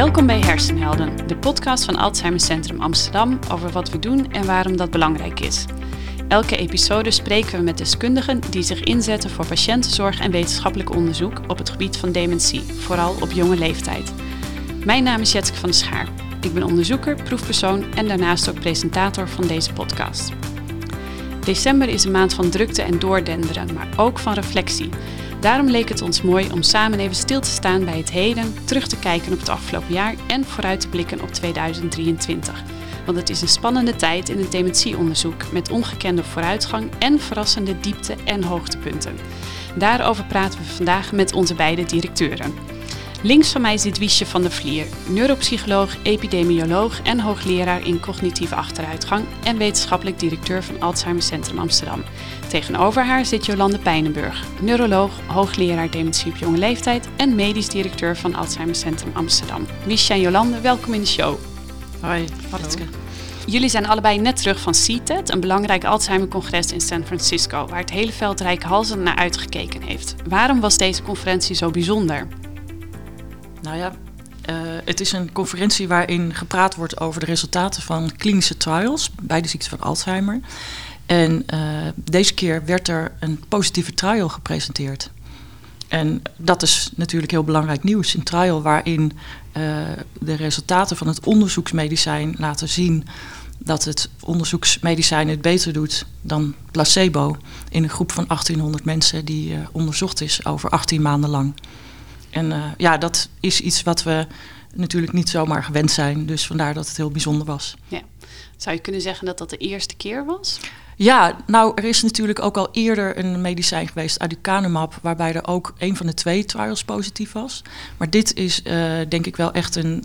Welkom bij Hersenhelden, de podcast van Alzheimer Centrum Amsterdam over wat we doen en waarom dat belangrijk is. Elke episode spreken we met deskundigen die zich inzetten voor patiëntenzorg en wetenschappelijk onderzoek op het gebied van dementie, vooral op jonge leeftijd. Mijn naam is Jetske van der Schaar. Ik ben onderzoeker, proefpersoon en daarnaast ook presentator van deze podcast. December is een maand van drukte en doordenderen, maar ook van reflectie. Daarom leek het ons mooi om samen even stil te staan bij het heden, terug te kijken op het afgelopen jaar en vooruit te blikken op 2023. Want het is een spannende tijd in het dementieonderzoek met ongekende vooruitgang en verrassende diepte- en hoogtepunten. Daarover praten we vandaag met onze beide directeuren. Links van mij zit Wiesje van der Vlier, neuropsycholoog, epidemioloog en hoogleraar in cognitieve achteruitgang en wetenschappelijk directeur van Alzheimer Centrum Amsterdam. Tegenover haar zit Jolande Pijnenburg, neuroloog, hoogleraar dementie op jonge leeftijd en medisch directeur van Alzheimer Centrum Amsterdam. Wiesje en Jolande, welkom in de show. Hoi, hallo. Jullie zijn allebei net terug van CTAD, een belangrijk Alzheimer-congres in San Francisco, waar het hele veld reikhalzend naar uitgekeken heeft. Waarom was deze conferentie zo bijzonder? Nou ja, het is een conferentie waarin gepraat wordt over de resultaten van klinische trials bij de ziekte van Alzheimer. En deze keer werd er een positieve trial gepresenteerd. En dat is natuurlijk heel belangrijk nieuws. Een trial waarin de resultaten van het onderzoeksmedicijn laten zien dat het onderzoeksmedicijn het beter doet dan placebo in een groep van 1800 mensen die onderzocht is over 18 maanden lang. En dat is iets wat we natuurlijk niet zomaar gewend zijn. Dus vandaar dat het heel bijzonder was. Ja. Zou je kunnen zeggen dat dat de eerste keer was? Ja, nou, er is natuurlijk ook al eerder een medicijn geweest, aducanumab, waarbij er ook een van de 2 trials positief was. Maar dit is denk ik wel echt een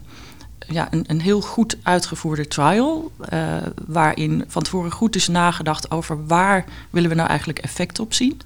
heel goed uitgevoerde trial, waarin van tevoren goed is nagedacht over waar willen we nou eigenlijk effect op zien.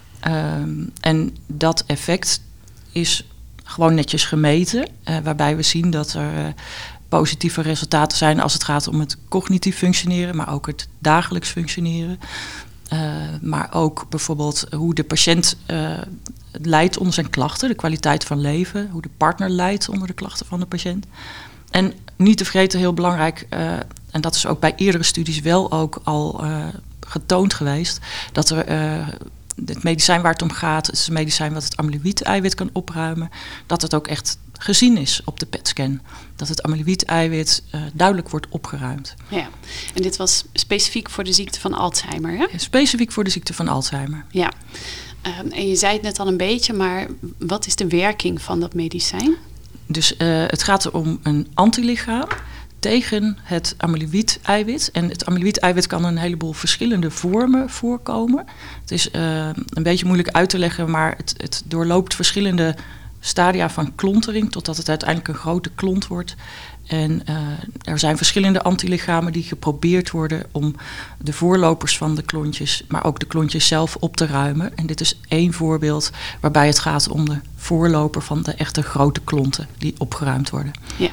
En dat effect is gewoon netjes gemeten, waarbij we zien dat er positieve resultaten zijn als het gaat om het cognitief functioneren, maar ook het dagelijks functioneren. Maar ook bijvoorbeeld hoe de patiënt lijdt onder zijn klachten, de kwaliteit van leven, hoe de partner lijdt onder de klachten van de patiënt. En niet te vergeten, heel belangrijk, en dat is ook bij eerdere studies wel ook al getoond geweest, dat er het medicijn waar het om gaat, het is een medicijn wat het amyloïde-eiwit kan opruimen, dat het ook echt gezien is op de PET-scan. Dat het amyloïde-eiwit duidelijk wordt opgeruimd. Ja, en dit was specifiek voor de ziekte van Alzheimer, hè? Specifiek voor de ziekte van Alzheimer. Ja, en je zei het net al een beetje, maar wat is de werking van dat medicijn? Dus het gaat er om een antilichaam tegen het amyloïde-eiwit. En het amyloïde-eiwit kan in een heleboel verschillende vormen voorkomen. Het is een beetje moeilijk uit te leggen, maar het doorloopt verschillende stadia van klontering totdat het uiteindelijk een grote klont wordt. En er zijn verschillende antilichamen die geprobeerd worden om de voorlopers van de klontjes, maar ook de klontjes zelf op te ruimen. En dit is 1 voorbeeld waarbij het gaat om de voorloper van de echte grote klonten die opgeruimd worden. Ja.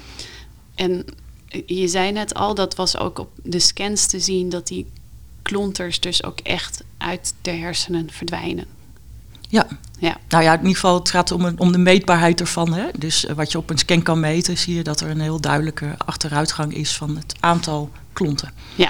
En je zei net al, dat was ook op de scans te zien dat die klonters dus ook echt uit de hersenen verdwijnen. Ja. Nou ja, in ieder geval het gaat om de meetbaarheid ervan. Hè? Dus wat je op een scan kan meten, zie je dat er een heel duidelijke achteruitgang is van het aantal klonten. Ja.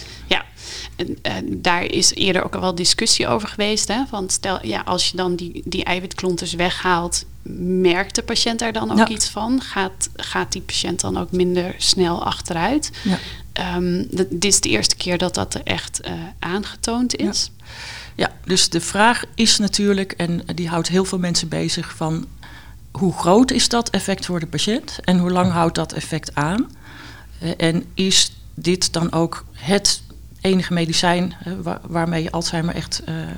En daar is eerder ook al wel discussie over geweest. Hè? Want stel, als je dan die eiwitklonters weghaalt, merkt de patiënt daar dan ook iets van? Gaat die patiënt dan ook minder snel achteruit? Ja. Dit is de eerste keer dat dat er echt aangetoond is. Ja, dus de vraag is natuurlijk, en die houdt heel veel mensen bezig, van hoe groot is dat effect voor de patiënt en hoe lang houdt dat effect aan? En is dit dan ook het enige medicijn waarmee je Alzheimer echt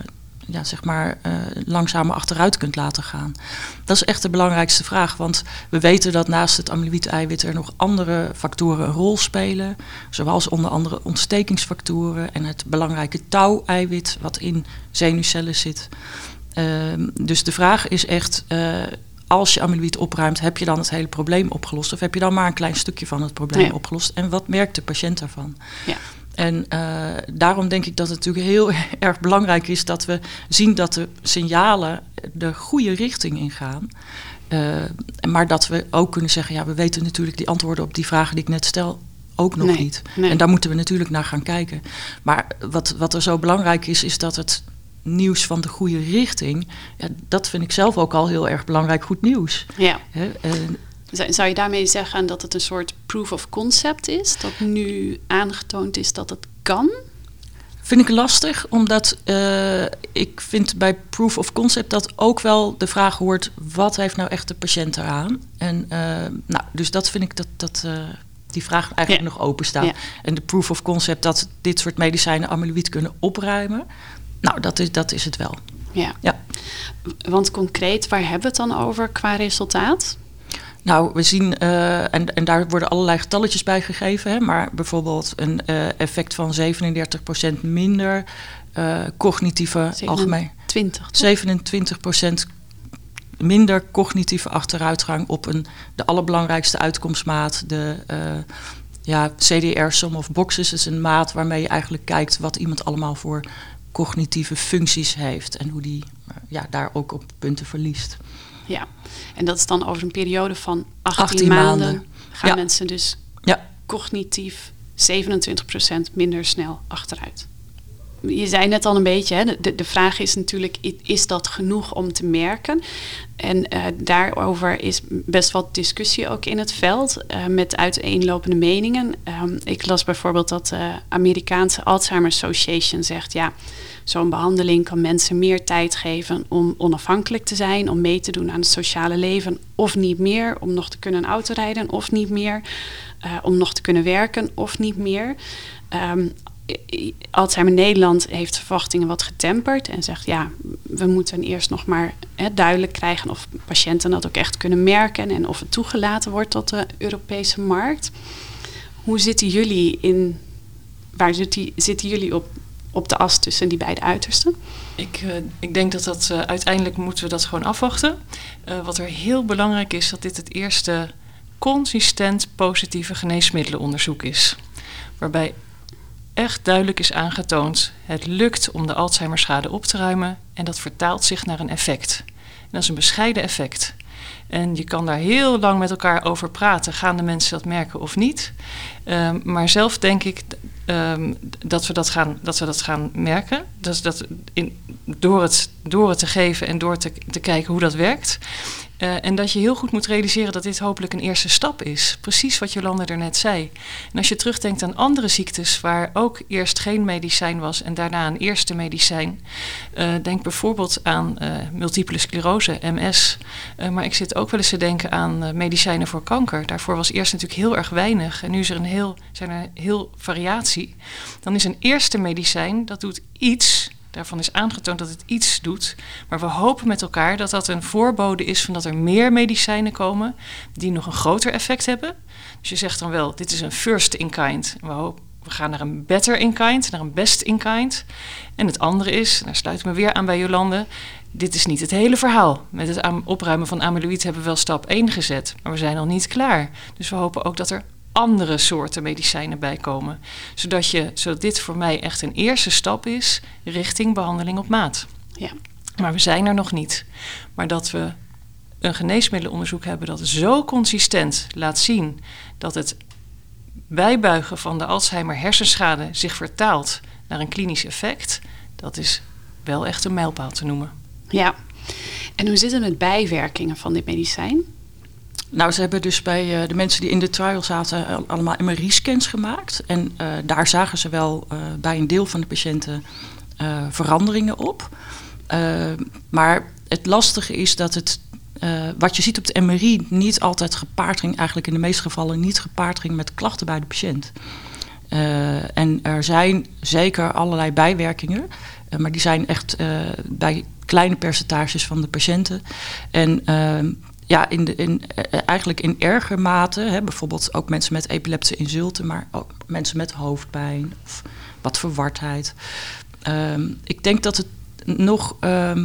langzamer achteruit kunt laten gaan? Dat is echt de belangrijkste vraag, want we weten dat naast het amyloïde-eiwit er nog andere factoren een rol spelen, zoals onder andere ontstekingsfactoren en het belangrijke tau-eiwit wat in zenuwcellen zit. Dus de vraag is echt, als je amyloïde opruimt, heb je dan het hele probleem opgelost? Of heb je dan maar een klein stukje van het probleem opgelost? En wat merkt de patiënt daarvan? Ja. En daarom denk ik dat het natuurlijk heel erg belangrijk is dat we zien dat de signalen de goede richting ingaan. Maar dat we ook kunnen zeggen, we weten natuurlijk die antwoorden op die vragen die ik net stel ook nog niet. Nee. En daar moeten we natuurlijk naar gaan kijken. Maar wat er zo belangrijk is dat het nieuws van de goede richting, dat vind ik zelf ook al heel erg belangrijk, goed nieuws. Ja. Zou je daarmee zeggen dat het een soort proof of concept is? Dat nu aangetoond is dat het kan? Vind ik lastig, omdat ik vind bij proof of concept dat ook wel de vraag hoort, wat heeft nou echt de patiënt eraan? En dus dat vind ik dat die vraag eigenlijk nog open staat. Ja. En de proof of concept dat dit soort medicijnen amyloïd kunnen opruimen, dat is het wel. Ja. Want concreet, waar hebben we het dan over qua resultaat? Nou, we zien, en daar worden allerlei getalletjes bij gegeven, hè, maar bijvoorbeeld een effect van 37% minder cognitieve 27% minder cognitieve achteruitgang op de allerbelangrijkste uitkomstmaat, de CDR Sum of Boxes is een maat waarmee je eigenlijk kijkt wat iemand allemaal voor cognitieve functies heeft en hoe die daar ook op punten verliest. Ja, en dat is dan over een periode van 18 maanden gaan mensen dus cognitief 27% minder snel achteruit. Je zei net al een beetje, hè, de vraag is natuurlijk, is dat genoeg om te merken? En daarover is best wat discussie ook in het veld, met uiteenlopende meningen. Ik las bijvoorbeeld dat de Amerikaanse Alzheimer Association zegt, zo'n behandeling kan mensen meer tijd geven om onafhankelijk te zijn, om mee te doen aan het sociale leven of niet meer, om nog te kunnen autorijden of niet meer, om nog te kunnen werken of niet meer. Alzheimer Nederland heeft de verwachtingen wat getemperd en zegt we moeten eerst nog maar duidelijk krijgen of patiënten dat ook echt kunnen merken en of het toegelaten wordt tot de Europese markt. Hoe zitten jullie waar zitten jullie op de as tussen die beide uitersten? Ik denk dat uiteindelijk moeten we dat gewoon afwachten. Wat er heel belangrijk is, dat dit het eerste consistent positieve geneesmiddelenonderzoek is. Waarbij echt duidelijk is aangetoond, het lukt om de Alzheimerschade op te ruimen en dat vertaalt zich naar een effect. En dat is een bescheiden effect. En je kan daar heel lang met elkaar over praten. Gaan de mensen dat merken of niet? Maar zelf denk ik dat we dat gaan merken. Door het te geven en door te kijken hoe dat werkt. En dat je heel goed moet realiseren dat dit hopelijk een eerste stap is. Precies wat Jolanda er net zei. En als je terugdenkt aan andere ziektes waar ook eerst geen medicijn was en daarna een eerste medicijn. Denk bijvoorbeeld aan multiple sclerose, MS. Maar ik zit ook wel eens te denken aan medicijnen voor kanker. Daarvoor was eerst natuurlijk heel erg weinig. En nu is er zijn er heel variatie. Dan is een eerste medicijn, dat doet iets. Daarvan is aangetoond dat het iets doet. Maar we hopen met elkaar dat dat een voorbode is van dat er meer medicijnen komen die nog een groter effect hebben. Dus je zegt dan wel, dit is een first in kind. We gaan naar een better in kind, naar een best in kind. En het andere is, en daar sluit ik me weer aan bij Jolande, dit is niet het hele verhaal. Met het opruimen van amyloïd hebben we wel stap 1 gezet, maar we zijn nog niet klaar. Dus we hopen ook dat er andere soorten medicijnen bijkomen. Zodat dit voor mij echt een eerste stap is richting behandeling op maat. Ja. Maar we zijn er nog niet. Maar dat we een geneesmiddelenonderzoek hebben dat zo consistent laat zien dat het bijbuigen van de Alzheimer hersenschade zich vertaalt naar een klinisch effect, dat is wel echt een mijlpaal te noemen. Ja. En hoe zit het met bijwerkingen van dit medicijn? Nou, ze hebben dus bij de mensen die in de trial zaten allemaal MRI-scans gemaakt. En daar zagen ze wel bij een deel van de patiënten veranderingen op. Maar het lastige is dat wat je ziet op de MRI niet altijd gepaard ging, eigenlijk in de meeste gevallen niet gepaard ging met klachten bij de patiënt. En er zijn zeker allerlei bijwerkingen, maar die zijn echt bij kleine percentages van de patiënten. En eigenlijk in erger mate, bijvoorbeeld ook mensen met epileptische insulten, maar ook mensen met hoofdpijn of wat verwardheid. Ik denk dat het nog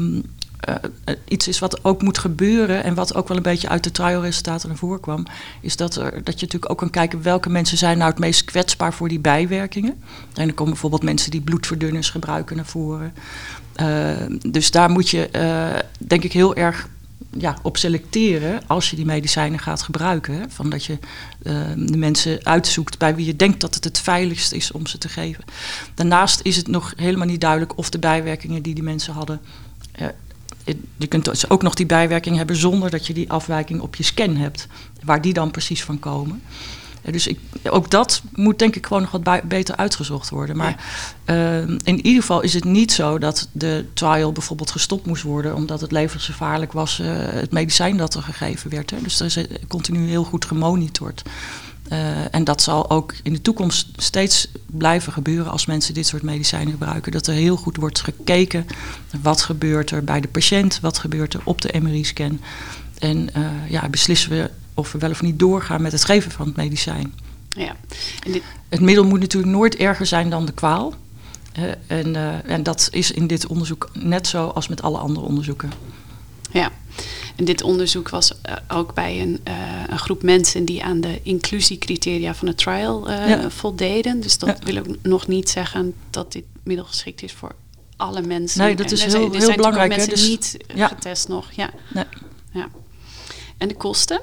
iets is wat ook moet gebeuren en wat ook wel een beetje uit de trialresultaten naar voren kwam, is dat je natuurlijk ook kan kijken welke mensen zijn nou het meest kwetsbaar voor die bijwerkingen. En er komen bijvoorbeeld mensen die bloedverdunners gebruiken naar voren. Dus daar moet je denk ik heel erg op selecteren als je die medicijnen gaat gebruiken. Hè? Van dat je de mensen uitzoekt bij wie je denkt dat het veiligst is om ze te geven. Daarnaast is het nog helemaal niet duidelijk of de bijwerkingen die mensen hadden... je kunt dus ook nog die bijwerking hebben zonder dat je die afwijking op je scan hebt. Waar die dan precies van komen. Dus ook dat moet denk ik gewoon nog wat beter uitgezocht worden. Maar in ieder geval is het niet zo dat de trial bijvoorbeeld gestopt moest worden... omdat het levensgevaarlijk was het medicijn dat er gegeven werd. Hè. Dus er is continu heel goed gemonitord. En dat zal ook in de toekomst steeds blijven gebeuren als mensen dit soort medicijnen gebruiken. Dat er heel goed wordt gekeken wat gebeurt er bij de patiënt, wat gebeurt er op de MRI-scan. En beslissen we of we wel of niet doorgaan met het geven van het medicijn. Ja. Het middel moet natuurlijk nooit erger zijn dan de kwaal. En dat is in dit onderzoek net zo als met alle andere onderzoeken. Ja, en dit onderzoek was ook bij een groep mensen die aan de inclusiecriteria van de trial voldeden. Dus dat wil ook nog niet zeggen dat dit middel geschikt is voor alle mensen. Nee, dat is heel belangrijk. Er zijn mensen niet getest nog. Ja. Nee. Ja. En de kosten?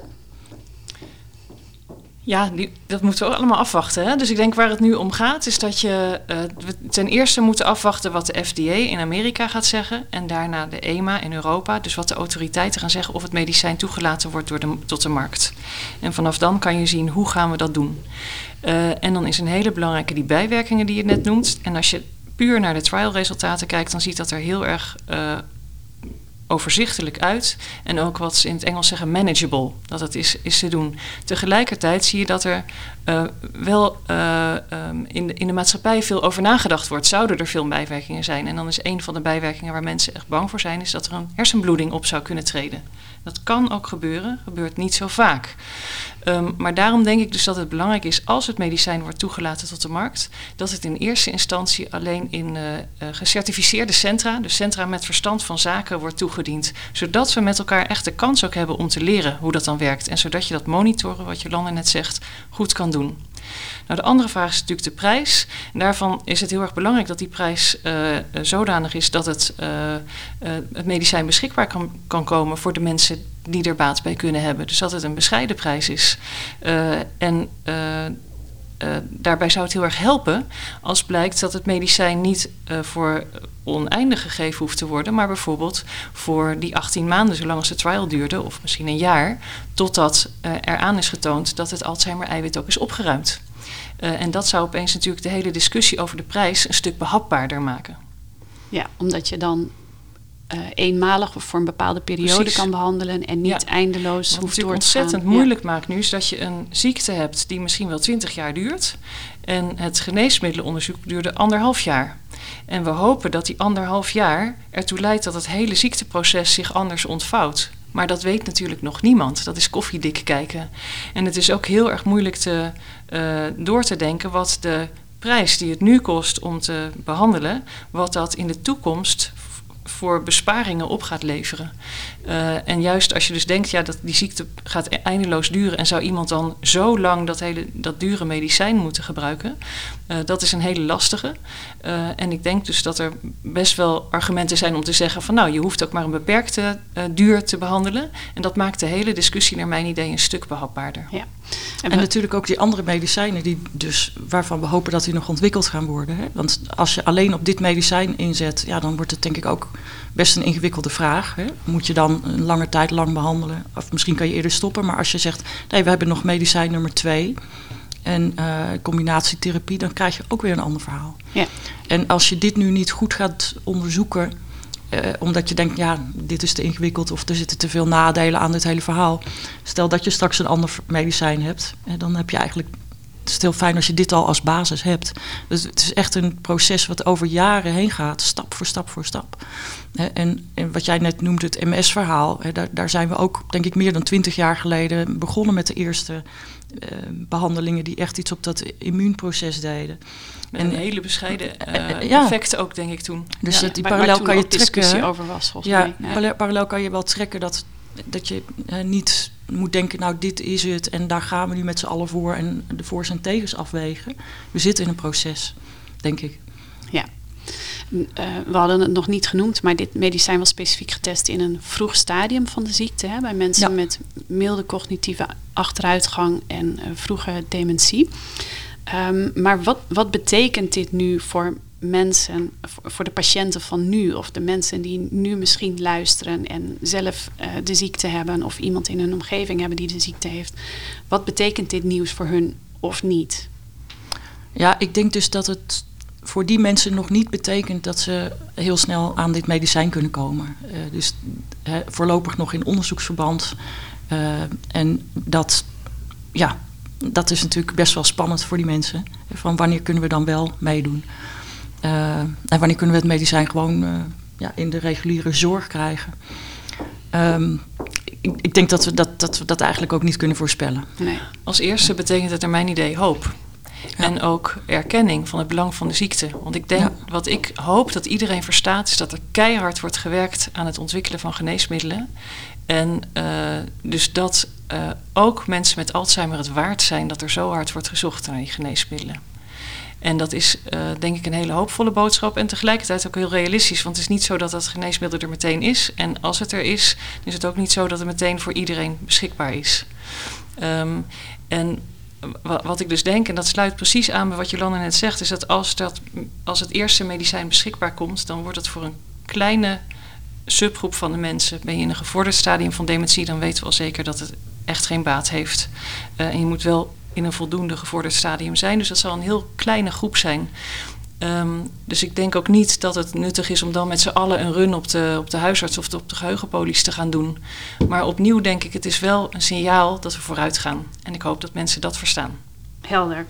Ja, dat moeten we ook allemaal afwachten. Hè? Dus ik denk waar het nu om gaat, is dat we ten eerste moeten afwachten wat de FDA in Amerika gaat zeggen. En daarna de EMA in Europa. Dus wat de autoriteiten gaan zeggen of het medicijn toegelaten wordt tot de markt. En vanaf dan kan je zien hoe gaan we dat doen. En dan is een hele belangrijke die bijwerkingen die je net noemt. En als je puur naar de trialresultaten kijkt, dan ziet dat er heel erg overzichtelijk uit. En ook wat ze in het Engels zeggen manageable. Dat het is te doen. Tegelijkertijd zie je dat er in de maatschappij veel over nagedacht wordt. Zouden er veel bijwerkingen zijn? En dan is een van de bijwerkingen waar mensen echt bang voor zijn, is dat er een hersenbloeding op zou kunnen treden. Dat kan ook gebeuren, gebeurt niet zo vaak. Maar daarom denk ik dus dat het belangrijk is, als het medicijn wordt toegelaten tot de markt, dat het in eerste instantie alleen in gecertificeerde centra, dus centra met verstand van zaken, wordt toegediend. Zodat we met elkaar echt de kans ook hebben om te leren hoe dat dan werkt. En zodat je dat monitoren, wat Jolanda net zegt, goed kan doen. Nou, de andere vraag is natuurlijk de prijs. En daarvan is het heel erg belangrijk dat die prijs zodanig is dat het medicijn beschikbaar kan komen voor de mensen die er baat bij kunnen hebben. Dus dat het een bescheiden prijs is. Daarbij zou het heel erg helpen als blijkt dat het medicijn niet voor oneindig gegeven hoeft te worden, maar bijvoorbeeld voor die 18 maanden, zolang als de trial duurde, of misschien een jaar, totdat eraan is getoond dat het Alzheimer-eiwit ook is opgeruimd. En dat zou opeens natuurlijk de hele discussie over de prijs een stuk behapbaarder maken. Ja, omdat je dan eenmalig of voor een bepaalde periode kan behandelen en niet eindeloos hoeft door te gaan. Wat ontzettend moeilijk maakt nu is dat je een ziekte hebt die misschien wel 20 jaar duurt. En het geneesmiddelenonderzoek duurde 1,5 jaar. En we hopen dat die 1,5 jaar ertoe leidt dat het hele ziekteproces zich anders ontvouwt. Maar dat weet natuurlijk nog niemand. Dat is koffiedik kijken. En het is ook heel erg moeilijk door te denken wat de prijs die het nu kost om te behandelen, wat dat in de toekomst voor besparingen op gaat leveren. En juist als je dus denkt, dat die ziekte gaat eindeloos duren en zou iemand dan zo lang dat dure medicijn moeten gebruiken, dat is een hele lastige. En ik denk dus dat er best wel argumenten zijn om te zeggen van je hoeft ook maar een beperkte duur te behandelen. En dat maakt de hele discussie naar mijn idee een stuk behapbaarder. Ja. En natuurlijk ook die andere medicijnen waarvan we hopen dat die nog ontwikkeld gaan worden. Hè? Want als je alleen op dit medicijn inzet, dan wordt het denk ik ook best een ingewikkelde vraag. Hè? Moet je dan een lange tijd lang behandelen? Of misschien kan je eerder stoppen. Maar als je zegt, nee, we hebben nog medicijn nummer 2 en combinatietherapie, dan krijg je ook weer een ander verhaal. Ja. En als je dit nu niet goed gaat onderzoeken, omdat je denkt, dit is te ingewikkeld of er zitten te veel nadelen aan dit hele verhaal. Stel dat je straks een ander medicijn hebt, dan heb je eigenlijk, het is heel fijn als je dit al als basis hebt. Dus het is echt een proces wat over jaren heen gaat, stap voor stap voor stap. En wat jij net noemt, het MS-verhaal, daar zijn we ook, denk ik, meer dan 20 jaar geleden begonnen met de eerste behandelingen die echt iets op dat immuunproces deden. Met een hele bescheiden effect ook, denk ik, toen. Dus die parallel kan je trekken. Over was, volgens mij. Parallel kan je wel trekken dat je niet moet denken, dit is het en daar gaan we nu met z'n allen voor en de voor's en tegens afwegen. We zitten in een proces, denk ik. Ja. We hadden het nog niet genoemd, maar dit medicijn was specifiek getest in een vroeg stadium van de ziekte. Hè, bij mensen met milde cognitieve achteruitgang en vroege dementie. Maar wat betekent dit nu voor mensen, voor de patiënten van nu, of de mensen die nu misschien luisteren en zelf de ziekte hebben, of iemand in hun omgeving hebben die de ziekte heeft? Wat betekent dit nieuws voor hun of niet? Ja, ik denk dus dat het voor die mensen nog niet betekent dat ze heel snel aan dit medicijn kunnen komen. Dus voorlopig nog in onderzoeksverband. En dat is natuurlijk best wel spannend voor die mensen. Van wanneer kunnen we dan wel meedoen? En wanneer kunnen we het medicijn gewoon in de reguliere zorg krijgen? Ik denk dat we dat eigenlijk ook niet kunnen voorspellen. Nee. Als eerste betekent het naar mijn idee hoop. Ja. En ook erkenning van het belang van de ziekte. Want ik denk, wat ik hoop dat iedereen verstaat, is dat er keihard wordt gewerkt aan het ontwikkelen van geneesmiddelen. En dus dat ook mensen met Alzheimer het waard zijn dat er zo hard wordt gezocht naar die geneesmiddelen. En dat is denk ik een hele hoopvolle boodschap en tegelijkertijd ook heel realistisch. Want het is niet zo dat dat geneesmiddel er meteen is. En als het er is, dan is het ook niet zo dat het meteen voor iedereen beschikbaar is. En wat ik dus denk, en dat sluit precies aan bij wat Jolanda net zegt, is dat als het eerste medicijn beschikbaar komt, dan wordt het voor een kleine subgroep van de mensen. Ben je in een gevorderd stadium van dementie, dan weten we al zeker dat het echt geen baat heeft. En je moet wel in een voldoende gevorderd stadium zijn. Dus dat zal een heel kleine groep zijn. Dus ik denk ook niet dat het nuttig is om dan met z'n allen een run op de huisarts of op de geheugenpolies te gaan doen. Maar opnieuw denk ik, het is wel een signaal dat we vooruit gaan. En ik hoop dat mensen dat verstaan. Helder.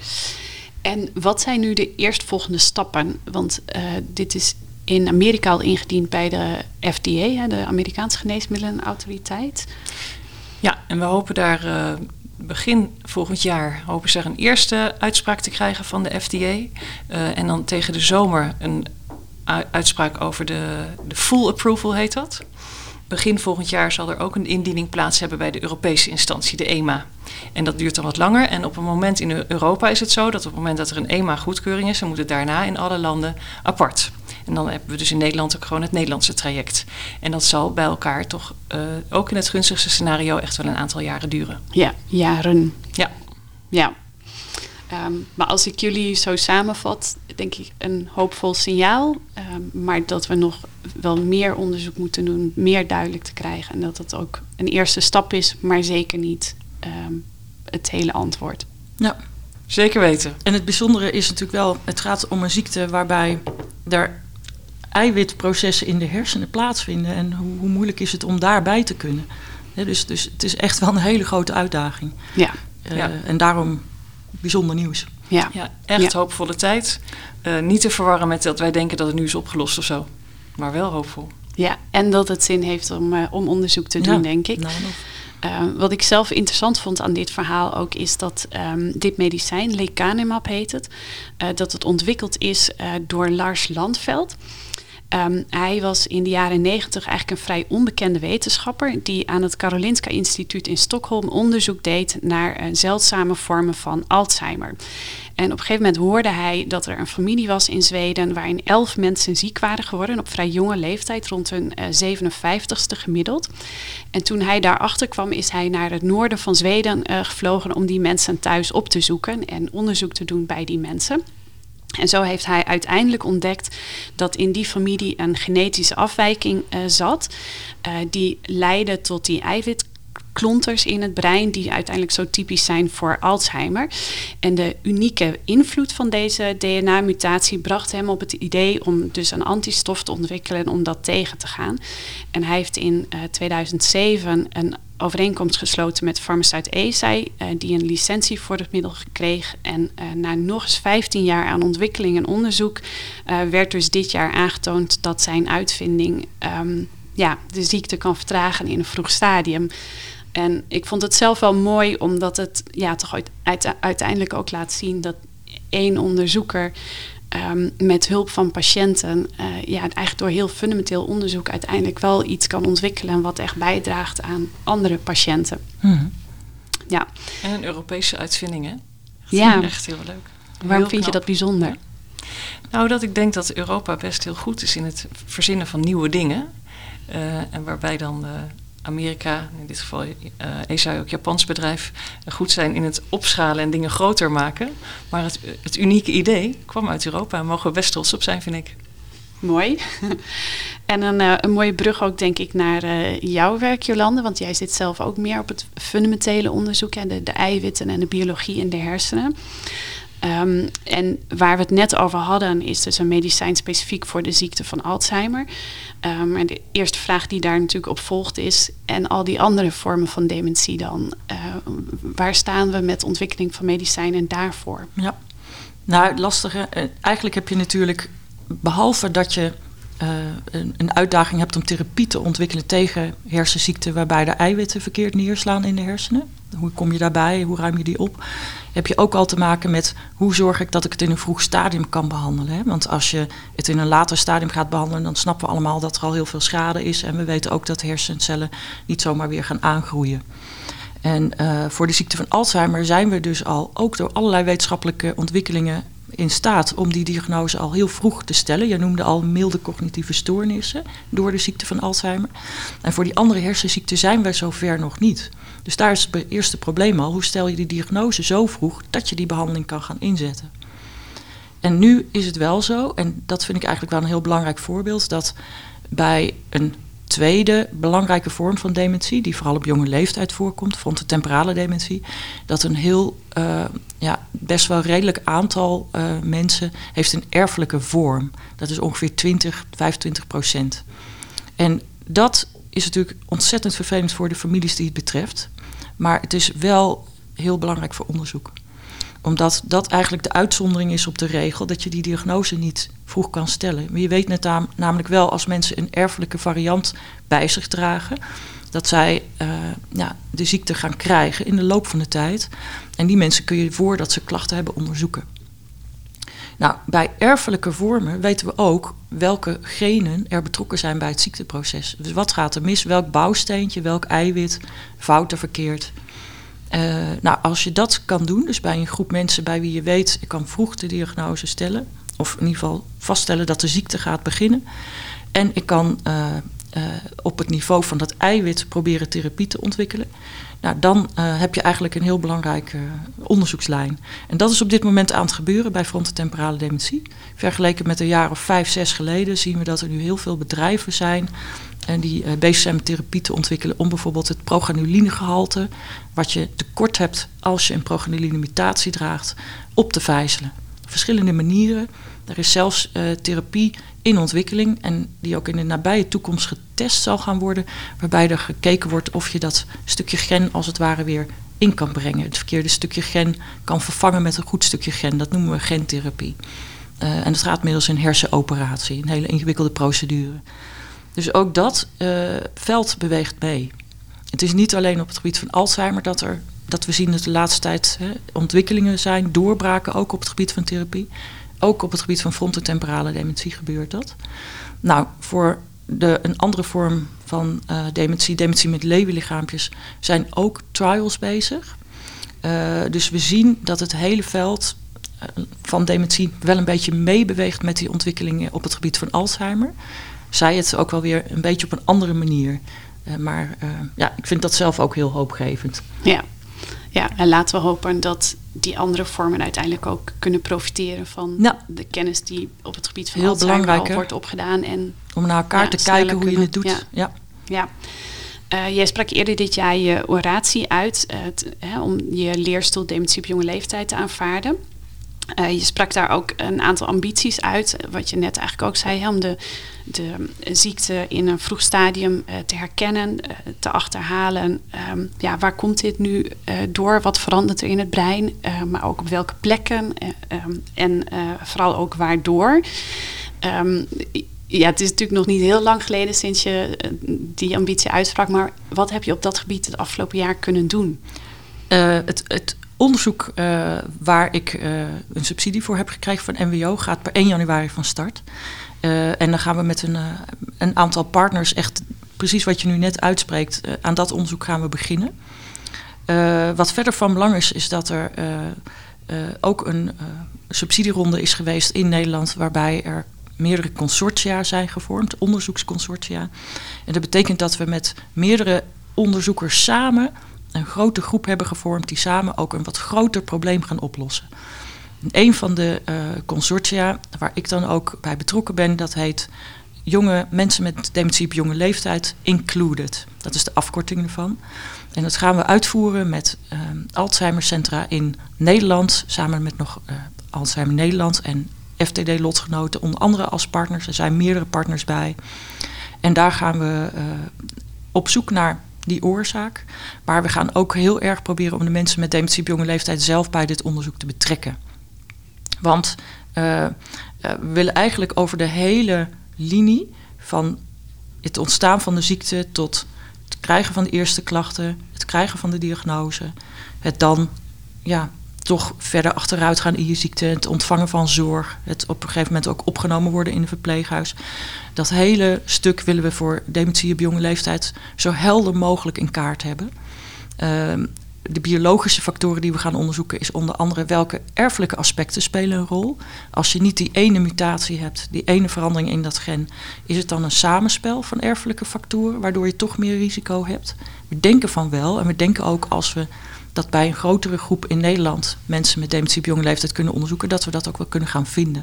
En wat zijn nu de eerstvolgende stappen? Want dit is in Amerika al ingediend bij de FDA, de Amerikaanse Geneesmiddelenautoriteit. Ja, en we hopen daar begin volgend jaar hopen ze er een eerste uitspraak te krijgen van de FDA. En dan tegen de zomer een uitspraak over de full approval heet dat. Begin volgend jaar zal er ook een indiening plaats hebben bij de Europese instantie, de EMA. En dat duurt dan wat langer. En op een moment in Europa is het zo dat op het moment dat er een EMA-goedkeuring is, dan moet het daarna in alle landen apart. En dan hebben we dus in Nederland ook gewoon het Nederlandse traject. En dat zal bij elkaar toch ook in het gunstigste scenario echt wel een aantal jaren duren. Ja, jaren. Ja. Maar als ik jullie zo samenvat, denk ik een hoopvol signaal. Maar dat we nog wel meer onderzoek moeten doen, meer duidelijk te krijgen. En dat het ook een eerste stap is, maar zeker niet het hele antwoord. Ja, zeker weten. En het bijzondere is natuurlijk wel, het gaat om een ziekte waarbij er eiwitprocessen in de hersenen plaatsvinden. En hoe moeilijk is het om daarbij te kunnen. Dus het is echt wel een hele grote uitdaging. Ja. En daarom bijzonder nieuws. Ja, echt hoopvolle tijd. Niet te verwarren met dat wij denken dat het nu is opgelost of zo. Maar wel hoopvol. Ja, en dat het zin heeft om onderzoek te doen, denk ik. Wat ik zelf interessant vond aan dit verhaal ook is dat dit medicijn, lecanemab heet het, dat het ontwikkeld is door Lars Landveld. Hij was in de jaren 90 eigenlijk een vrij onbekende wetenschapper die aan het Karolinska Instituut in Stockholm onderzoek deed naar zeldzame vormen van Alzheimer. En op een gegeven moment hoorde hij dat er een familie was in Zweden waarin 11 mensen ziek waren geworden op vrij jonge leeftijd, rond hun 57ste gemiddeld. En toen hij daarachter kwam, is hij naar het noorden van Zweden gevlogen om die mensen thuis op te zoeken en onderzoek te doen bij die mensen. En zo heeft hij uiteindelijk ontdekt dat in die familie een genetische afwijking zat. Die leidde tot die eiwitklonters in het brein die uiteindelijk zo typisch zijn voor Alzheimer. En de unieke invloed van deze DNA-mutatie bracht hem op het idee om dus een antistof te ontwikkelen om dat tegen te gaan. En hij heeft in 2007 een overeenkomst gesloten met farmaceut Eisai, die een licentie voor het middel kreeg. En na nog eens 15 jaar aan ontwikkeling en onderzoek werd dus dit jaar aangetoond dat zijn uitvinding de ziekte kan vertragen in een vroeg stadium. En ik vond het zelf wel mooi, omdat het toch uiteindelijk ook laat zien dat één onderzoeker met hulp van patiënten eigenlijk door heel fundamenteel onderzoek uiteindelijk wel iets kan ontwikkelen wat echt bijdraagt aan andere patiënten. Mm-hmm. Ja. En een Europese uitvinding, hè? Ja. Echt heel leuk. Waarom vind je dat bijzonder? Nou, dat ik denk dat Europa best heel goed is in het verzinnen van nieuwe dingen. En waarbij dan Amerika, in dit geval ESA, ook Japans bedrijf, goed zijn in het opschalen en dingen groter maken. Maar het unieke idee kwam uit Europa en mogen we best trots op zijn, vind ik. Mooi. En een mooie brug ook, denk ik, naar jouw werk, Jolande. Want jij zit zelf ook meer op het fundamentele onderzoek. Hè, de eiwitten en de biologie in de hersenen. En waar we het net over hadden, is dus een medicijn specifiek voor de ziekte van Alzheimer. En de eerste vraag die daar natuurlijk op volgt is, en al die andere vormen van dementie dan? Waar staan we met de ontwikkeling van medicijnen daarvoor? Ja, nou, het lastige. Eigenlijk heb je natuurlijk, behalve dat je een uitdaging hebt om therapie te ontwikkelen tegen hersenziekten waarbij de eiwitten verkeerd neerslaan in de hersenen. Hoe kom je daarbij? Hoe ruim je die op? Heb je ook al te maken met hoe zorg ik dat ik het in een vroeg stadium kan behandelen. Hè? Want als je het in een later stadium gaat behandelen, dan snappen we allemaal dat er al heel veel schade is. En we weten ook dat hersencellen niet zomaar weer gaan aangroeien. En voor de ziekte van Alzheimer zijn we dus al, ook door allerlei wetenschappelijke ontwikkelingen, in staat om die diagnose al heel vroeg te stellen. Je noemde al milde cognitieve stoornissen door de ziekte van Alzheimer. En voor die andere hersenziekten zijn we zover nog niet. Dus daar is het eerste probleem al. Hoe stel je die diagnose zo vroeg dat je die behandeling kan gaan inzetten? En nu is het wel zo, en dat vind ik eigenlijk wel een heel belangrijk voorbeeld, dat bij een tweede belangrijke vorm van dementie, die vooral op jonge leeftijd voorkomt, frontotemporale dementie, dat een heel, best wel redelijk aantal mensen heeft een erfelijke vorm. Dat is ongeveer 20-25%. En dat is natuurlijk ontzettend vervelend voor de families die het betreft. Maar het is wel heel belangrijk voor onderzoek. Omdat dat eigenlijk de uitzondering is op de regel, dat je die diagnose niet vroeg kan stellen. Maar je weet net namelijk wel, als mensen een erfelijke variant bij zich dragen, dat zij de ziekte gaan krijgen in de loop van de tijd. En die mensen kun je voordat ze klachten hebben onderzoeken. Nou, bij erfelijke vormen weten we ook welke genen er betrokken zijn bij het ziekteproces. Dus wat gaat er mis? Welk bouwsteentje, welk eiwit, fout er verkeerd? Als je dat kan doen, dus bij een groep mensen bij wie je weet, ik kan vroeg de diagnose stellen, of in ieder geval vaststellen dat de ziekte gaat beginnen. En ik kan op het niveau van dat eiwit proberen therapie te ontwikkelen. Nou, dan heb je eigenlijk een heel belangrijke onderzoekslijn. En dat is op dit moment aan het gebeuren bij frontotemporale dementie. Vergeleken met een jaar of 5, 6 geleden zien we dat er nu heel veel bedrijven zijn en die bezig zijn met therapie te ontwikkelen om bijvoorbeeld het progranullinegehalte, wat je tekort hebt als je een progranulline mutatie draagt, op te vijzelen. Verschillende manieren. Er is zelfs therapie in ontwikkeling en die ook in de nabije toekomst getest zal gaan worden, waarbij er gekeken wordt of je dat stukje gen als het ware weer in kan brengen. Het verkeerde stukje gen kan vervangen met een goed stukje gen. Dat noemen we gentherapie. En dat gaat middels een hersenoperatie, een hele ingewikkelde procedure. Dus ook dat veld beweegt mee. Het is niet alleen op het gebied van Alzheimer dat we zien dat de laatste tijd ontwikkelingen zijn, doorbraken ook op het gebied van therapie. Ook op het gebied van frontotemporale dementie gebeurt dat. Nou, voor een andere vorm van dementie met leeuwenlichaampjes, zijn ook trials bezig. Dus we zien dat het hele veld van dementie wel een beetje meebeweegt met die ontwikkelingen op het gebied van Alzheimer. Zij het ook wel weer een beetje op een andere manier. Maar ik vind dat zelf ook heel hoopgevend. Ja, en laten we hopen dat die andere vormen uiteindelijk ook kunnen profiteren van de kennis die op het gebied van Alzheimer al wordt opgedaan. En om naar elkaar te kijken hoe je het doet. Ja. Jij sprak eerder dit jaar je oratie uit om je leerstoel dementie op jonge leeftijd te aanvaarden. Je sprak daar ook een aantal ambities uit, wat je net eigenlijk ook zei, om de ziekte in een vroeg stadium te herkennen, te achterhalen. Waar komt dit nu door? Wat verandert er in het brein? Maar ook op welke plekken? En vooral ook waardoor? Het is natuurlijk nog niet heel lang geleden sinds je die ambitie uitsprak, maar wat heb je op dat gebied het afgelopen jaar kunnen doen? Het onderzoek waar ik een subsidie voor heb gekregen van NWO gaat per 1 januari van start. En dan gaan we met een aantal partners echt precies wat je nu net uitspreekt, aan dat onderzoek gaan we beginnen. Wat verder van belang is dat er ook een subsidieronde is geweest in Nederland, waarbij er meerdere consortia zijn gevormd, onderzoeksconsortia. En dat betekent dat we met meerdere onderzoekers samen een grote groep hebben gevormd die samen ook een wat groter probleem gaan oplossen. En een van de consortia waar ik dan ook bij betrokken ben, dat heet Jonge mensen met dementie op jonge leeftijd Included. Dat is de afkorting ervan. En dat gaan we uitvoeren met Alzheimercentra in Nederland, samen met nog Alzheimer Nederland en FTD-lotgenoten, onder andere als partners. Er zijn meerdere partners bij. En daar gaan we op zoek naar die oorzaak. Maar we gaan ook heel erg proberen om de mensen met dementie op jonge leeftijd zelf bij dit onderzoek te betrekken. Want we willen eigenlijk over de hele linie van het ontstaan van de ziekte tot het krijgen van de eerste klachten, het krijgen van de diagnose, het dan toch verder achteruit gaan in je ziekte, het ontvangen van zorg, het op een gegeven moment ook opgenomen worden in een verpleeghuis. Dat hele stuk willen we voor dementie op jonge leeftijd zo helder mogelijk in kaart hebben. De biologische factoren die we gaan onderzoeken is onder andere welke erfelijke aspecten spelen een rol. Als je niet die ene mutatie hebt, die ene verandering in dat gen, is het dan een samenspel van erfelijke factoren, waardoor je toch meer risico hebt? We denken van wel en we denken ook als we dat bij een grotere groep in Nederland mensen met dementie op jonge leeftijd kunnen onderzoeken, dat we dat ook wel kunnen gaan vinden.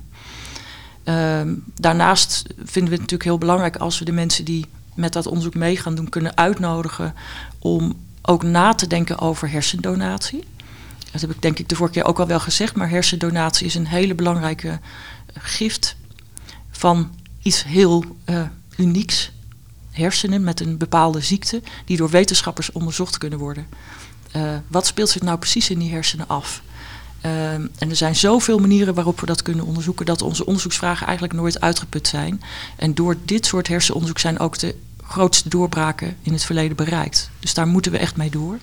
Daarnaast vinden we het natuurlijk heel belangrijk als we de mensen die met dat onderzoek mee gaan doen kunnen uitnodigen om ook na te denken over hersendonatie. Dat heb ik denk ik de vorige keer ook al wel gezegd, maar hersendonatie is een hele belangrijke gift van iets heel unieks. Hersenen met een bepaalde ziekte die door wetenschappers onderzocht kunnen worden. Wat speelt zich nou precies in die hersenen af? En er zijn zoveel manieren waarop we dat kunnen onderzoeken, dat onze onderzoeksvragen eigenlijk nooit uitgeput zijn. En door dit soort hersenonderzoek zijn ook de grootste doorbraken in het verleden bereikt. Dus daar moeten we echt mee door.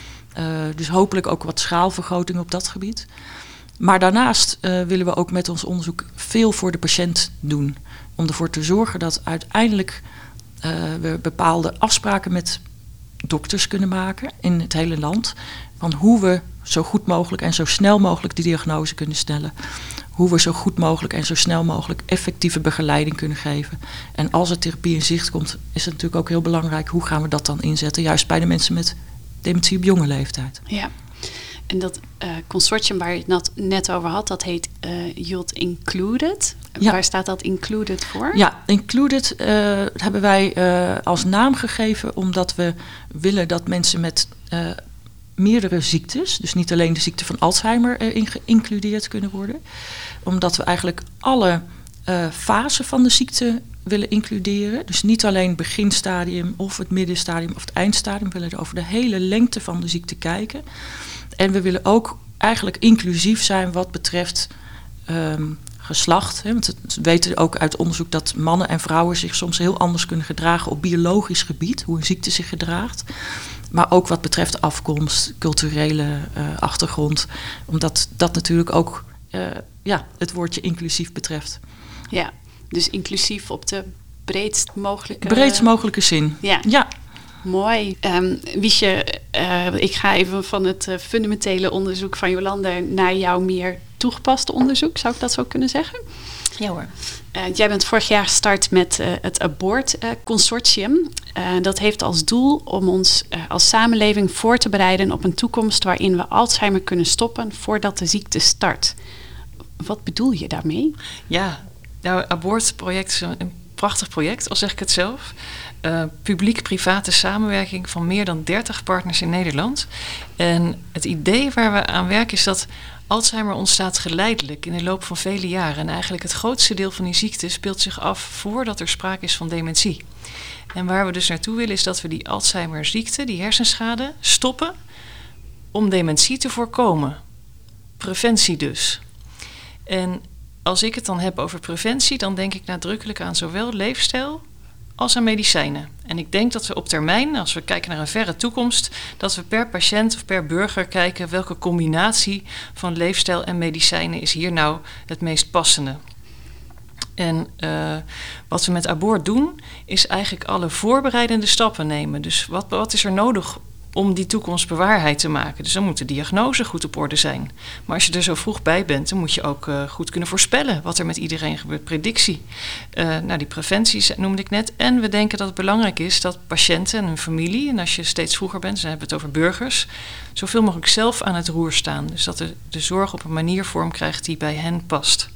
Dus hopelijk ook wat schaalvergroting op dat gebied. Maar daarnaast willen we ook met ons onderzoek veel voor de patiënt doen. Om ervoor te zorgen dat uiteindelijk we bepaalde afspraken met dokters kunnen maken in het hele land. Van hoe we zo goed mogelijk en zo snel mogelijk de diagnose kunnen stellen. Hoe we zo goed mogelijk en zo snel mogelijk effectieve begeleiding kunnen geven. En als er therapie in zicht komt, is het natuurlijk ook heel belangrijk hoe gaan we dat dan inzetten. Juist bij de mensen met dementie op jonge leeftijd. Ja, en dat consortium waar je het net over had, dat heet Youth Included. Ja. Waar staat dat Included voor? Ja, Included hebben wij als naam gegeven omdat we willen dat mensen met meerdere ziektes, dus niet alleen de ziekte van Alzheimer, erin geïncludeerd kunnen worden. Omdat we eigenlijk alle fasen van de ziekte willen includeren. Dus niet alleen het beginstadium of het middenstadium of het eindstadium. We willen over de hele lengte van de ziekte kijken. En we willen ook eigenlijk inclusief zijn wat betreft geslacht. Hè? Want we weten ook uit onderzoek dat mannen en vrouwen zich soms heel anders kunnen gedragen op biologisch gebied. Hoe een ziekte zich gedraagt. Maar ook wat betreft afkomst, culturele achtergrond. Omdat dat natuurlijk ook het woordje inclusief betreft. Ja, dus inclusief op de breedst mogelijke zin. Ja. Mooi. Wiesje, ik ga even van het fundamentele onderzoek van Jolande naar jouw meer toegepaste onderzoek. Zou ik dat zo kunnen zeggen? Ja hoor. Jij bent vorig jaar gestart met het Abort Consortium. Dat heeft als doel om ons als samenleving voor te bereiden op een toekomst waarin we Alzheimer kunnen stoppen voordat de ziekte start. Wat bedoel je daarmee? Ja, nou, Abort-project is een prachtig project, al zeg ik het zelf. Publiek-private samenwerking van meer dan 30 partners in Nederland. En het idee waar we aan werken is dat Alzheimer ontstaat geleidelijk in de loop van vele jaren. En eigenlijk het grootste deel van die ziekte speelt zich af voordat er sprake is van dementie. En waar we dus naartoe willen is dat we die Alzheimer-ziekte, die hersenschade, stoppen om dementie te voorkomen. Preventie dus. En als ik het dan heb over preventie, dan denk ik nadrukkelijk aan zowel leefstijl als aan medicijnen. En ik denk dat we op termijn, als we kijken naar een verre toekomst, dat we per patiënt of per burger kijken welke combinatie van leefstijl en medicijnen is hier nou het meest passende. En wat we met Abort doen, is eigenlijk alle voorbereidende stappen nemen. Dus wat is er nodig om die toekomst bewaarheid te maken. Dus dan moet de diagnose goed op orde zijn. Maar als je er zo vroeg bij bent, dan moet je ook goed kunnen voorspellen wat er met iedereen gebeurt. Predictie. Die preventie noemde ik net. En we denken dat het belangrijk is dat patiënten en hun familie, en als je steeds vroeger bent, dus dan hebben we het over burgers, zoveel mogelijk zelf aan het roer staan. Dus dat de zorg op een manier vorm krijgt die bij hen past.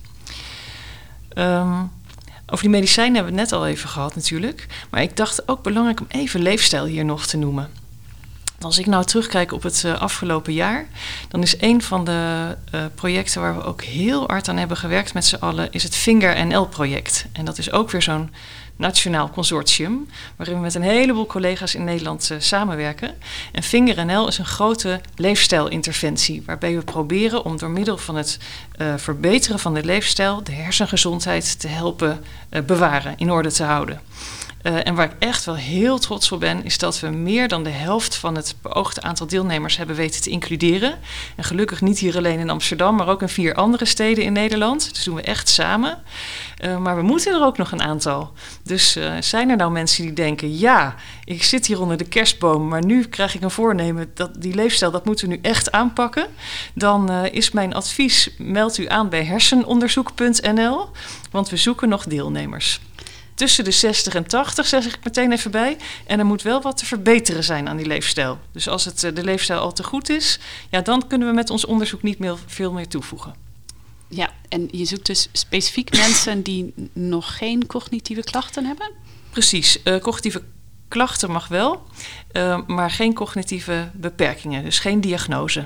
Over die medicijnen hebben we het net al even gehad natuurlijk. Maar ik dacht ook belangrijk om even leefstijl hier nog te noemen. Als ik nou terugkijk op het afgelopen jaar, dan is een van de projecten waar we ook heel hard aan hebben gewerkt met z'n allen, is het Finger NL-project. En dat is ook weer zo'n nationaal consortium, waarin we met een heleboel collega's in Nederland samenwerken. En Finger NL is een grote leefstijlinterventie, waarbij we proberen om door middel van het verbeteren van de leefstijl de hersengezondheid te helpen bewaren, in orde te houden. En waar ik echt wel heel trots op ben, is dat we meer dan de helft van het beoogde aantal deelnemers hebben weten te includeren. En gelukkig niet hier alleen in Amsterdam, maar ook in 4 andere steden in Nederland. Dus doen we echt samen. Maar we moeten er ook nog een aantal. Dus zijn er nou mensen die denken, ja, ik zit hier onder de kerstboom, maar nu krijg ik een voornemen dat die leefstijl, dat moeten we nu echt aanpakken. Dan is mijn advies, meld u aan bij hersenonderzoek.nl, want we zoeken nog deelnemers. Tussen de 60 en 80, zeg ik meteen even bij. En er moet wel wat te verbeteren zijn aan die leefstijl. Dus als de leefstijl al te goed is, ja, dan kunnen we met ons onderzoek niet veel meer toevoegen. Ja, en je zoekt dus specifiek mensen die nog geen cognitieve klachten hebben? Precies, cognitieve klachten mag wel, maar geen cognitieve beperkingen. Dus geen diagnose.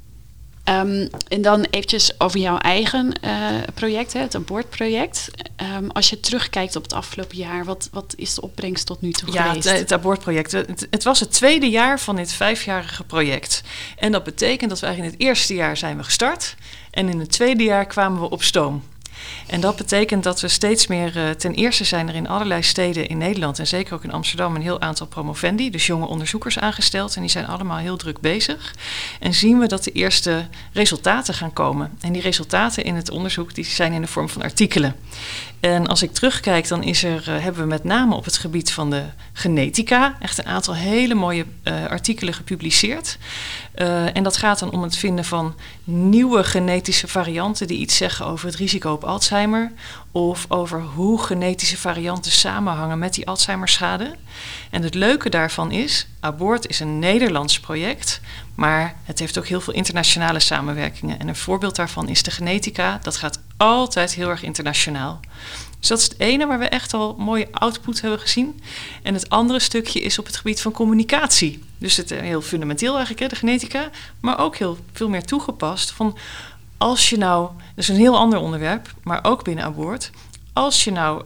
En dan eventjes over jouw eigen project, het abortproject. Als je terugkijkt op het afgelopen jaar, wat is de opbrengst tot nu toe geweest? Ja, het abortproject. Het was het 2e jaar van dit 5-jarige project. En dat betekent dat we eigenlijk in het eerste jaar zijn we gestart. En in het 2e jaar kwamen we op stoom. En dat betekent dat we steeds meer, ten eerste zijn er in allerlei steden in Nederland en zeker ook in Amsterdam een heel aantal promovendi, dus jonge onderzoekers aangesteld en die zijn allemaal heel druk bezig. En zien we dat de eerste resultaten gaan komen. En die resultaten in het onderzoek die zijn in de vorm van artikelen. En als ik terugkijk, dan hebben we met name op het gebied van de genetica echt een aantal hele mooie artikelen gepubliceerd. En dat gaat dan om het vinden van nieuwe genetische varianten die iets zeggen over het risico op Alzheimer of over hoe genetische varianten samenhangen met die Alzheimerschade. En het leuke daarvan is, Abort is een Nederlands project, maar het heeft ook heel veel internationale samenwerkingen. En een voorbeeld daarvan is de genetica. Dat gaat altijd heel erg internationaal. Dus dat is het ene waar we echt al mooie output hebben gezien. En het andere stukje is op het gebied van communicatie. Dus het heel fundamenteel eigenlijk, de genetica, maar ook heel veel meer toegepast van als je nou, dat is een heel ander onderwerp, maar ook binnen Abort, als je nou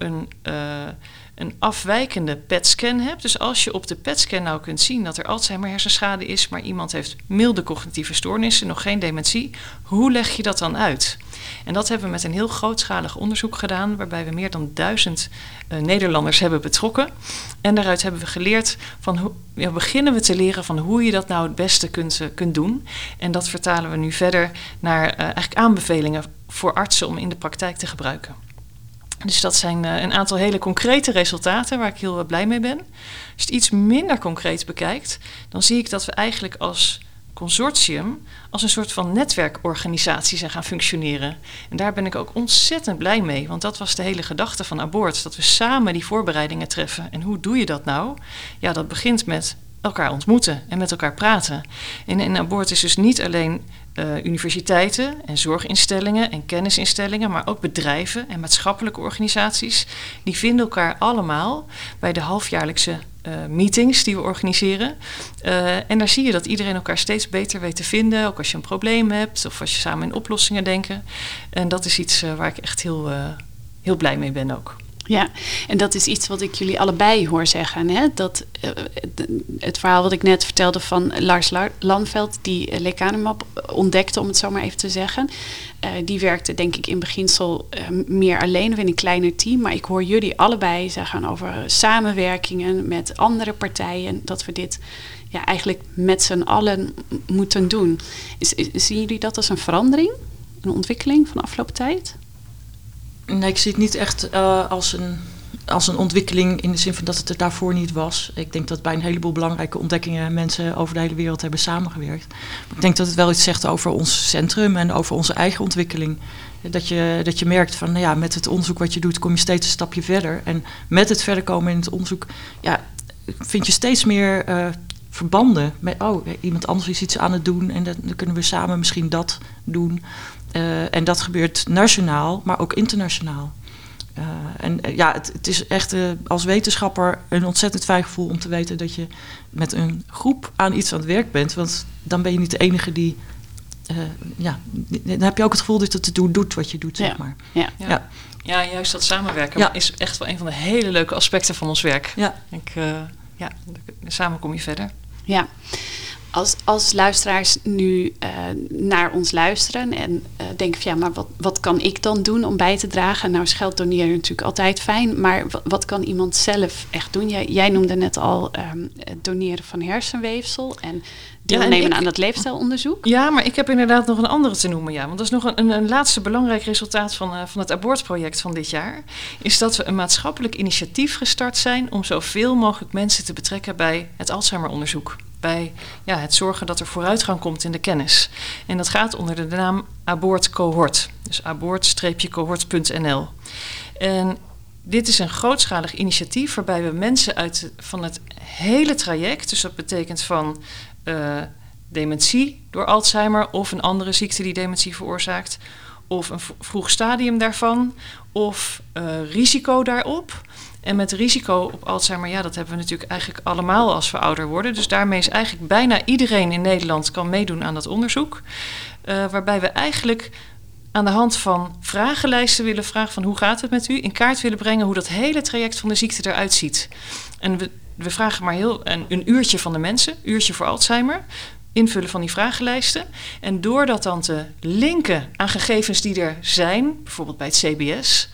een afwijkende PET-scan hebt, dus als je op de PET-scan nou kunt zien dat er Alzheimer hersenschade is, maar iemand heeft milde cognitieve stoornissen, nog geen dementie, hoe leg je dat dan uit? En dat hebben we met een heel grootschalig onderzoek gedaan, waarbij we meer dan 1000 Nederlanders hebben betrokken. En daaruit hebben we geleerd van beginnen we te leren van hoe je dat nou het beste kunt doen. En dat vertalen we nu verder naar eigenlijk aanbevelingen voor artsen om in de praktijk te gebruiken. Dus dat zijn een aantal hele concrete resultaten waar ik heel blij mee ben. Als je het iets minder concreet bekijkt, dan zie ik dat we eigenlijk als consortium als een soort van netwerkorganisatie zijn gaan functioneren. En daar ben ik ook ontzettend blij mee, want dat was de hele gedachte van Abort, dat we samen die voorbereidingen treffen. En hoe doe je dat nou? Ja, dat begint met elkaar ontmoeten en met elkaar praten. En in Abort is dus niet alleen universiteiten en zorginstellingen en kennisinstellingen, maar ook bedrijven en maatschappelijke organisaties. Die vinden elkaar allemaal bij de halfjaarlijkse meetings die we organiseren. En daar zie je dat iedereen elkaar steeds beter weet te vinden, ook als je een probleem hebt of als je samen in oplossingen denken. En dat is iets waar ik echt heel blij mee ben ook. Ja, en dat is iets wat ik jullie allebei hoor zeggen. Hè? Dat het verhaal wat ik net vertelde van Lars Lanveld, die lecanemab ontdekte, om het zo maar even te zeggen. Die werkte denk ik in beginsel meer alleen of in een kleiner team. Maar ik hoor jullie allebei zeggen over samenwerkingen met andere partijen. Dat we dit eigenlijk met z'n allen moeten doen. Zien jullie dat als een verandering? Een ontwikkeling van de afgelopen tijd? Nee, ik zie het niet echt als een als een ontwikkeling in de zin van dat het er daarvoor niet was. Ik denk dat bij een heleboel belangrijke ontdekkingen mensen over de hele wereld hebben samengewerkt. Maar ik denk dat het wel iets zegt over ons centrum en over onze eigen ontwikkeling. Dat je merkt van, nou ja, met het onderzoek wat je doet kom je steeds een stapje verder. En met het verder komen in het onderzoek, ja, vind je steeds meer verbanden met, iemand anders is iets aan het doen en dan kunnen we samen misschien dat doen. En dat gebeurt nationaal, maar ook internationaal. Het is echt als wetenschapper een ontzettend fijn gevoel om te weten dat je met een groep aan iets aan het werk bent. Want dan ben je niet de enige die... dan heb je ook het gevoel dat het doet wat je doet, zeg maar. Ja, juist dat samenwerken is echt wel een van de hele leuke aspecten van ons werk. Ja. Samen kom je verder. Ja. Als luisteraars nu naar ons luisteren en denken van, ja, maar wat kan ik dan doen om bij te dragen? Nou is geld doneren natuurlijk altijd fijn, maar wat kan iemand zelf echt doen? Jij noemde net al het doneren van hersenweefsel en deelnemen aan dat leefstijlonderzoek. Ja, maar ik heb inderdaad nog een andere te noemen. Ja, want dat is nog een laatste belangrijk resultaat van het abortproject van dit jaar. Is dat we een maatschappelijk initiatief gestart zijn om zoveel mogelijk mensen te betrekken bij het Alzheimer-onderzoek. Bij het zorgen dat er vooruitgang komt in de kennis. En dat gaat onder de naam Abort Cohort. Dus abort-cohort.nl. En dit is een grootschalig initiatief waarbij we mensen van het hele traject, dus dat betekent van dementie door Alzheimer of een andere ziekte die dementie veroorzaakt, of een vroeg stadium daarvan, of risico daarop. En met risico op Alzheimer, dat hebben we natuurlijk eigenlijk allemaal als we ouder worden. Dus daarmee is eigenlijk bijna iedereen in Nederland kan meedoen aan dat onderzoek. Waarbij we eigenlijk aan de hand van vragenlijsten willen vragen van hoe gaat het met u? In kaart willen brengen hoe dat hele traject van de ziekte eruit ziet. En we vragen maar een uurtje van de mensen, uurtje voor Alzheimer. Invullen van die vragenlijsten. En door dat dan te linken aan gegevens die er zijn, bijvoorbeeld bij het CBS,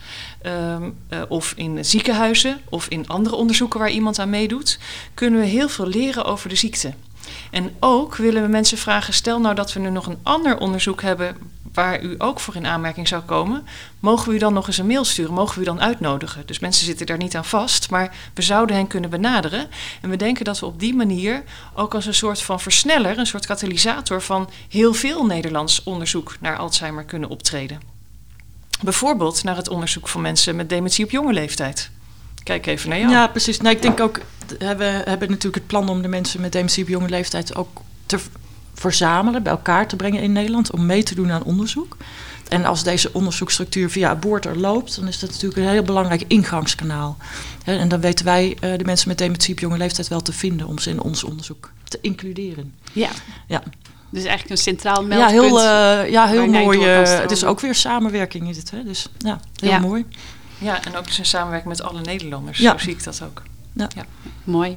of in ziekenhuizen of in andere onderzoeken waar iemand aan meedoet, kunnen we heel veel leren over de ziekte. En ook willen we mensen vragen, stel nou dat we nu nog een ander onderzoek hebben waar u ook voor in aanmerking zou komen, mogen we u dan nog eens een mail sturen, mogen we u dan uitnodigen? Dus mensen zitten daar niet aan vast, maar we zouden hen kunnen benaderen. En we denken dat we op die manier ook als een soort van versneller, een soort katalysator van heel veel Nederlands onderzoek naar Alzheimer kunnen optreden. Bijvoorbeeld naar het onderzoek van mensen met dementie op jonge leeftijd. Kijk even naar jou. Ja, precies. Nou, ik denk ook, we hebben natuurlijk het plan om de mensen met dementie op jonge leeftijd ook te verzamelen, bij elkaar te brengen in Nederland, om mee te doen aan onderzoek. En als deze onderzoeksstructuur via Abort er loopt, dan is dat natuurlijk een heel belangrijk ingangskanaal. En dan weten wij de mensen met dementie op jonge leeftijd wel te vinden om ze in ons onderzoek te includeren. Ja. Dus eigenlijk een centraal meldpunt. Heel mooi. Het is ook weer samenwerking in dit. Hè? Dus heel mooi. Ja, en ook dus een samenwerking met alle Nederlanders. Zo zie ik dat ook. Ja. Mooi.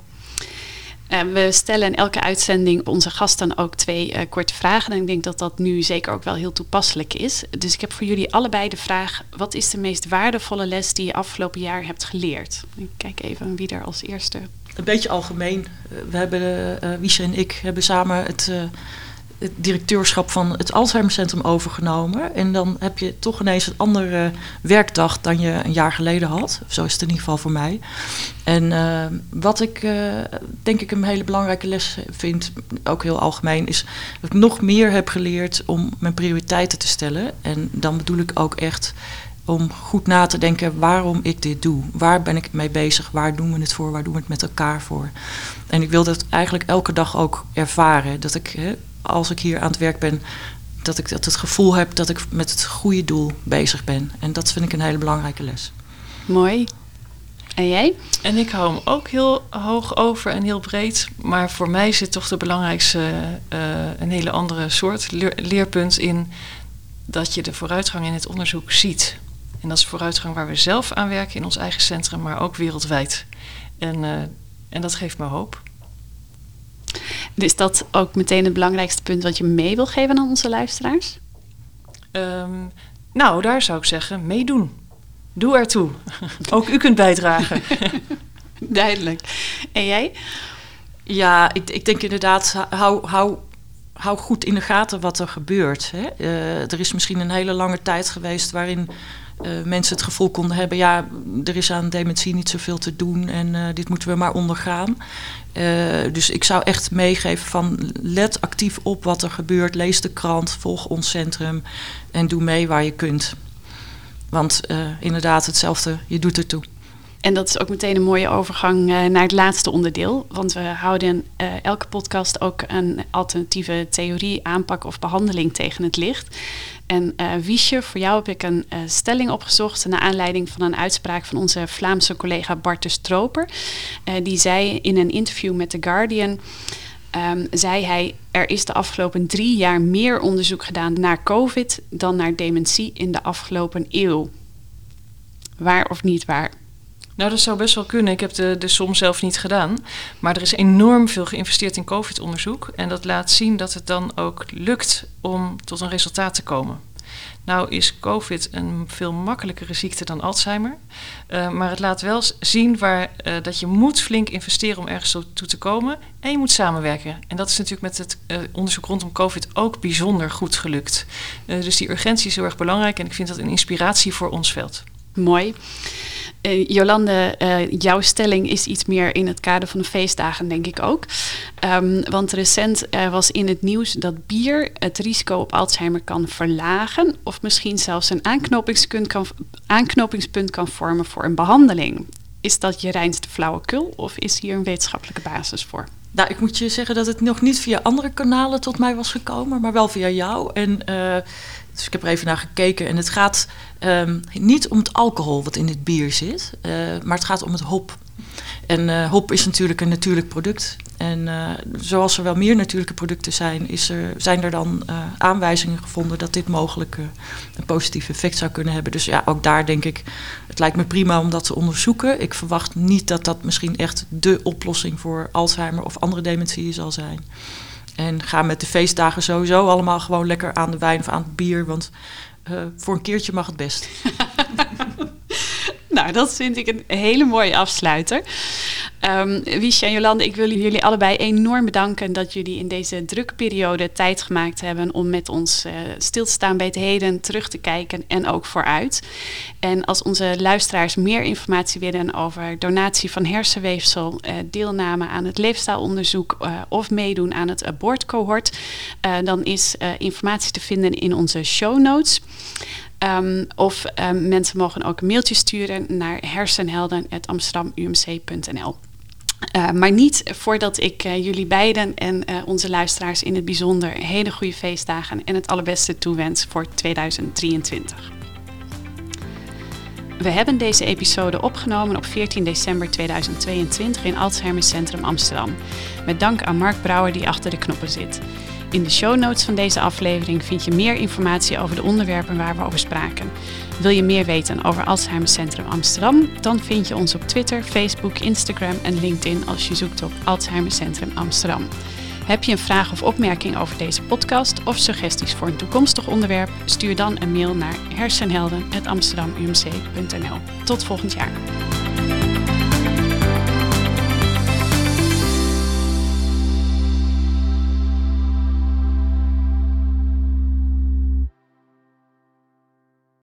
We stellen in elke uitzending onze gasten ook 2 korte vragen. En ik denk dat dat nu zeker ook wel heel toepasselijk is. Dus ik heb voor jullie allebei de vraag: wat is de meest waardevolle les die je afgelopen jaar hebt geleerd? Ik kijk even wie er als eerste. Een beetje algemeen. We hebben, Wiesje en ik hebben samen het directeurschap van het Alzheimercentrum overgenomen. En dan heb je toch ineens een andere werkdag dan je een jaar geleden had. Zo is het in ieder geval voor mij. En wat ik denk ik een hele belangrijke les vind, ook heel algemeen, is dat ik nog meer heb geleerd om mijn prioriteiten te stellen. En dan bedoel ik ook echt om goed na te denken waarom ik dit doe. Waar ben ik mee bezig? Waar doen we het voor? Waar doen we het met elkaar voor? En ik wil dat eigenlijk elke dag ook ervaren. Dat ik, als ik hier aan het werk ben, dat ik het gevoel heb dat ik met het goede doel bezig ben. En dat vind ik een hele belangrijke les. Mooi. En jij? En ik hou hem ook heel hoog over en heel breed. Maar voor mij zit toch de belangrijkste een hele andere soort leerpunt in dat je de vooruitgang in het onderzoek ziet. En dat is vooruitgang waar we zelf aan werken in ons eigen centrum, maar ook wereldwijd. En dat geeft me hoop. Is dat ook meteen het belangrijkste punt wat je mee wil geven aan onze luisteraars? Nou, daar zou ik zeggen, meedoen. Doe ertoe. Ook u kunt bijdragen. Duidelijk. En jij? Ja, ik denk inderdaad, hou goed in de gaten wat er gebeurt. Hè? Er is misschien een hele lange tijd geweest waarin mensen het gevoel konden hebben, ja, er is aan dementie niet zoveel te doen en dit moeten we maar ondergaan. Dus ik zou echt meegeven van let actief op wat er gebeurt. Lees de krant, volg ons centrum en doe mee waar je kunt. Want inderdaad hetzelfde, je doet ertoe. En dat is ook meteen een mooie overgang naar het laatste onderdeel. Want we houden elke podcast ook een alternatieve theorie, aanpak of behandeling tegen het licht. En Wiesje, voor jou heb ik een stelling opgezocht naar aanleiding van een uitspraak van onze Vlaamse collega Bart de Stroper. Die zei in een interview met The Guardian, zei hij, er is de afgelopen 3 jaar meer onderzoek gedaan naar COVID dan naar dementie in de afgelopen eeuw. Waar of niet waar? Nou, dat zou best wel kunnen. Ik heb de som zelf niet gedaan. Maar er is enorm veel geïnvesteerd in COVID-onderzoek. En dat laat zien dat het dan ook lukt om tot een resultaat te komen. Nou is COVID een veel makkelijkere ziekte dan Alzheimer. Maar het laat wel zien dat je moet flink investeren om ergens toe te komen. En je moet samenwerken. En dat is natuurlijk met het onderzoek rondom COVID ook bijzonder goed gelukt. Dus die urgentie is heel erg belangrijk. En ik vind dat een inspiratie voor ons veld. Mooi. Jolande, jouw stelling is iets meer in het kader van de feestdagen, denk ik ook. Want recent was in het nieuws dat bier het risico op Alzheimer kan verlagen, of misschien zelfs een aanknopingspunt kan vormen voor een behandeling. Is dat je reinste flauwekul of is hier een wetenschappelijke basis voor? Nou, ik moet je zeggen dat het nog niet via andere kanalen tot mij was gekomen, maar wel via jou. En dus ik heb er even naar gekeken en het gaat niet om het alcohol wat in het bier zit, maar het gaat om het hop. En hop is natuurlijk een natuurlijk product. En zoals er wel meer natuurlijke producten zijn er dan aanwijzingen gevonden dat dit mogelijk een positief effect zou kunnen hebben. Dus ja, ook daar denk ik, het lijkt me prima om dat te onderzoeken. Ik verwacht niet dat dat misschien echt de oplossing voor Alzheimer of andere dementieën zal zijn. En ga met de feestdagen sowieso allemaal gewoon lekker aan de wijn of aan het bier, want voor een keertje mag het best. Nou, dat vind ik een hele mooie afsluiter. Wiesje en Jolande, ik wil jullie allebei enorm bedanken dat jullie in deze drukke periode tijd gemaakt hebben om met ons stil te staan bij het heden, terug te kijken en ook vooruit. En als onze luisteraars meer informatie willen over donatie van hersenweefsel, deelname aan het leefstijlonderzoek of meedoen aan het abortcohort, dan is informatie te vinden in onze show notes. Of mensen mogen ook een mailtje sturen naar hersenhelden@amsterdamumc.nl. Maar niet voordat ik jullie beiden en onze luisteraars in het bijzonder hele goede feestdagen en het allerbeste toewens voor 2023. We hebben deze episode opgenomen op 14 december 2022 in Alzheimer Centrum Amsterdam. Met dank aan Mark Brouwer die achter de knoppen zit. In de show notes van deze aflevering vind je meer informatie over de onderwerpen waar we over spraken. Wil je meer weten over Alzheimer Centrum Amsterdam? Dan vind je ons op Twitter, Facebook, Instagram en LinkedIn als je zoekt op Alzheimer Centrum Amsterdam. Heb je een vraag of opmerking over deze podcast of suggesties voor een toekomstig onderwerp? Stuur dan een mail naar hersenhelden@amsterdamumc.nl. Tot volgend jaar.